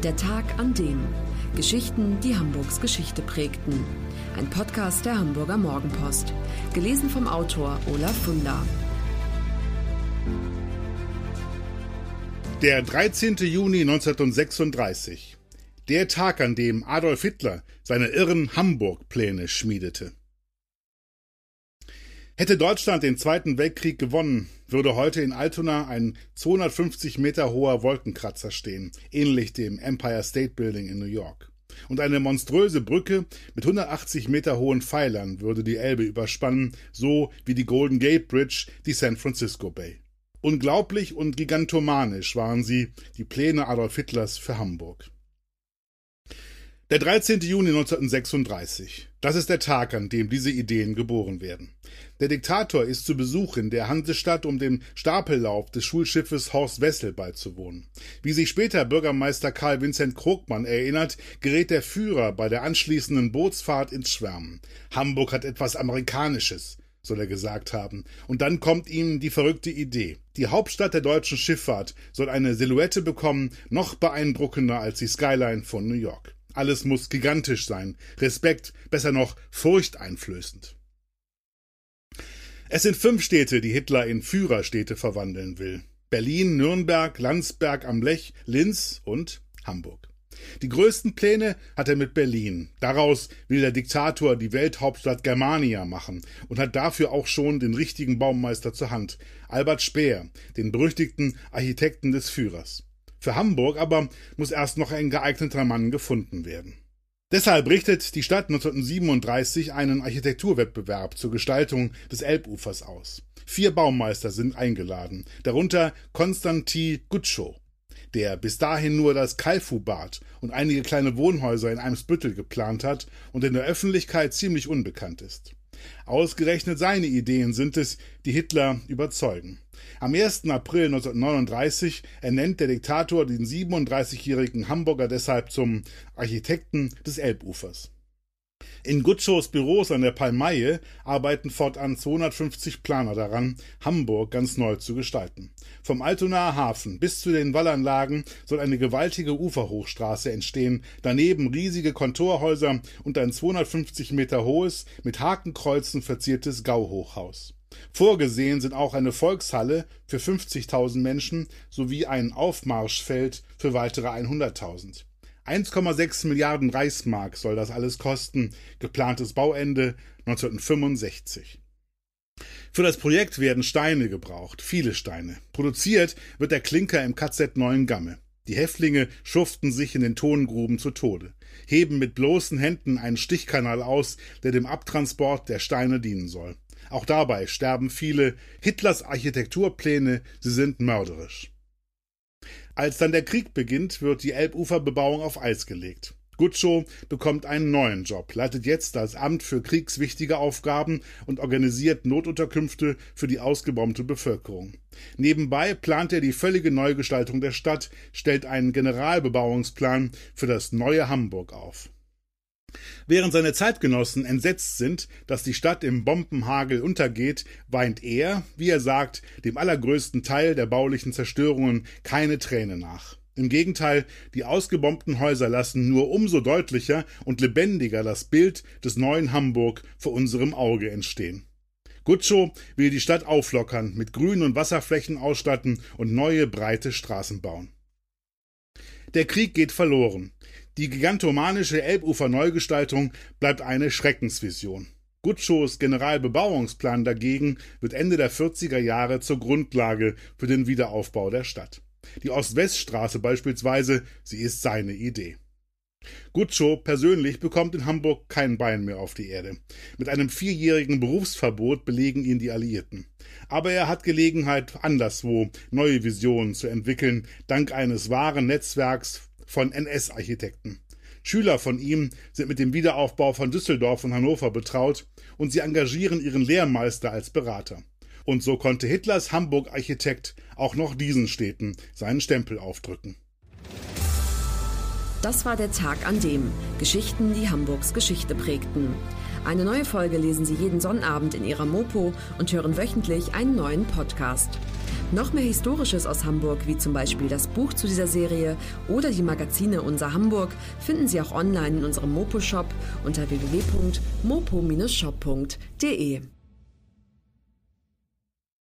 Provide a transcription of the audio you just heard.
Der Tag an dem. Geschichten, die Hamburgs Geschichte prägten. Ein Podcast der Hamburger Morgenpost. Gelesen vom Autor Olaf Funder. Der 13. Juni 1936. Der Tag, an dem Adolf Hitler seine irren Hamburg-Pläne schmiedete. Hätte Deutschland den Zweiten Weltkrieg gewonnen, würde heute in Altona ein 250 Meter hoher Wolkenkratzer stehen, ähnlich dem Empire State Building in New York. Und eine monströse Brücke mit 180 Meter hohen Pfeilern würde die Elbe überspannen, so wie die Golden Gate Bridge die San Francisco Bay. Unglaublich und gigantomanisch waren sie, die Pläne Adolf Hitlers für Hamburg. Der 13. Juni 1936. Das ist der Tag, an dem diese Ideen geboren werden. Der Diktator ist zu Besuch in der Hansestadt, um dem Stapellauf des Schulschiffes Horst Wessel beizuwohnen. Wie sich später Bürgermeister Karl Vincent Krogmann erinnert, gerät der Führer bei der anschließenden Bootsfahrt ins Schwärmen. Hamburg hat etwas Amerikanisches, soll er gesagt haben. Und dann kommt ihm die verrückte Idee. Die Hauptstadt der deutschen Schifffahrt soll eine Silhouette bekommen, noch beeindruckender als die Skyline von New York. Alles muss gigantisch sein, Respekt, besser noch furchteinflößend. Es sind 5 Städte, die Hitler in Führerstädte verwandeln will. Berlin, Nürnberg, Landsberg am Lech, Linz und Hamburg. Die größten Pläne hat er mit Berlin. Daraus will der Diktator die Welthauptstadt Germania machen und hat dafür auch schon den richtigen Baumeister zur Hand, Albert Speer, den berüchtigten Architekten des Führers. Für Hamburg aber muss erst noch ein geeigneter Mann gefunden werden. Deshalb richtet die Stadt 1937 einen Architekturwettbewerb zur Gestaltung des Elbufers aus. 4 Baumeister sind eingeladen, darunter Konstantin Gutschow, der bis dahin nur das Kalfu-Bad und einige kleine Wohnhäuser in Eimsbüttel geplant hat und in der Öffentlichkeit ziemlich unbekannt ist. Ausgerechnet seine Ideen sind es, die Hitler überzeugen. Am 1. April 1939 ernennt der Diktator den 37-jährigen Hamburger deshalb zum Architekten des Elbufers. In Gutschows Büros an der Palmaie arbeiten fortan 250 Planer daran, Hamburg ganz neu zu gestalten. Vom Altonaer Hafen bis zu den Wallanlagen soll eine gewaltige Uferhochstraße entstehen, daneben riesige Kontorhäuser und ein 250 Meter hohes, mit Hakenkreuzen verziertes Gauhochhaus. Vorgesehen sind auch eine Volkshalle für 50.000 Menschen sowie ein Aufmarschfeld für weitere 100.000. 1,6 Milliarden Reichsmark soll das alles kosten, geplantes Bauende 1965. Für das Projekt werden Steine gebraucht, viele Steine. Produziert wird der Klinker im KZ Neuengamme. Die Häftlinge schuften sich in den Tongruben zu Tode, heben mit bloßen Händen einen Stichkanal aus, der dem Abtransport der Steine dienen soll. Auch dabei sterben viele. Hitlers Architekturpläne, sie sind mörderisch. Als dann der Krieg beginnt, wird die Elbuferbebauung auf Eis gelegt. Gutschow bekommt einen neuen Job, leitet jetzt das Amt für kriegswichtige Aufgaben und organisiert Notunterkünfte für die ausgebombte Bevölkerung. Nebenbei plant er die völlige Neugestaltung der Stadt, stellt einen Generalbebauungsplan für das neue Hamburg auf. Während seine Zeitgenossen entsetzt sind, dass die Stadt im Bombenhagel untergeht, weint er, wie er sagt, dem allergrößten Teil der baulichen Zerstörungen keine Träne nach. Im Gegenteil, die ausgebombten Häuser lassen nur umso deutlicher und lebendiger das Bild des neuen Hamburg vor unserem Auge entstehen. Gutschow will die Stadt auflockern, mit Grün- und Wasserflächen ausstatten und neue breite Straßen bauen. Der Krieg geht verloren. Die gigantomanische Elbufer-Neugestaltung bleibt eine Schreckensvision. Gutschows Generalbebauungsplan dagegen wird Ende der 40er Jahre zur Grundlage für den Wiederaufbau der Stadt. Die Ost-West-Straße beispielsweise, sie ist seine Idee. Gutschow persönlich bekommt in Hamburg kein Bein mehr auf die Erde. Mit einem 4-jährigen Berufsverbot belegen ihn die Alliierten. Aber er hat Gelegenheit, anderswo neue Visionen zu entwickeln, dank eines wahren Netzwerks von NS-Architekten. Schüler von ihm sind mit dem Wiederaufbau von Düsseldorf und Hannover betraut und sie engagieren ihren Lehrmeister als Berater. Und so konnte Hitlers Hamburg-Architekt auch noch diesen Städten seinen Stempel aufdrücken. Das war der Tag an dem. Geschichten, die Hamburgs Geschichte prägten. Eine neue Folge lesen Sie jeden Sonnabend in Ihrer Mopo und hören wöchentlich einen neuen Podcast. Noch mehr Historisches aus Hamburg, wie zum Beispiel das Buch zu dieser Serie oder die Magazine Unser Hamburg, finden Sie auch online in unserem Mopo-Shop unter www.mopo-shop.de.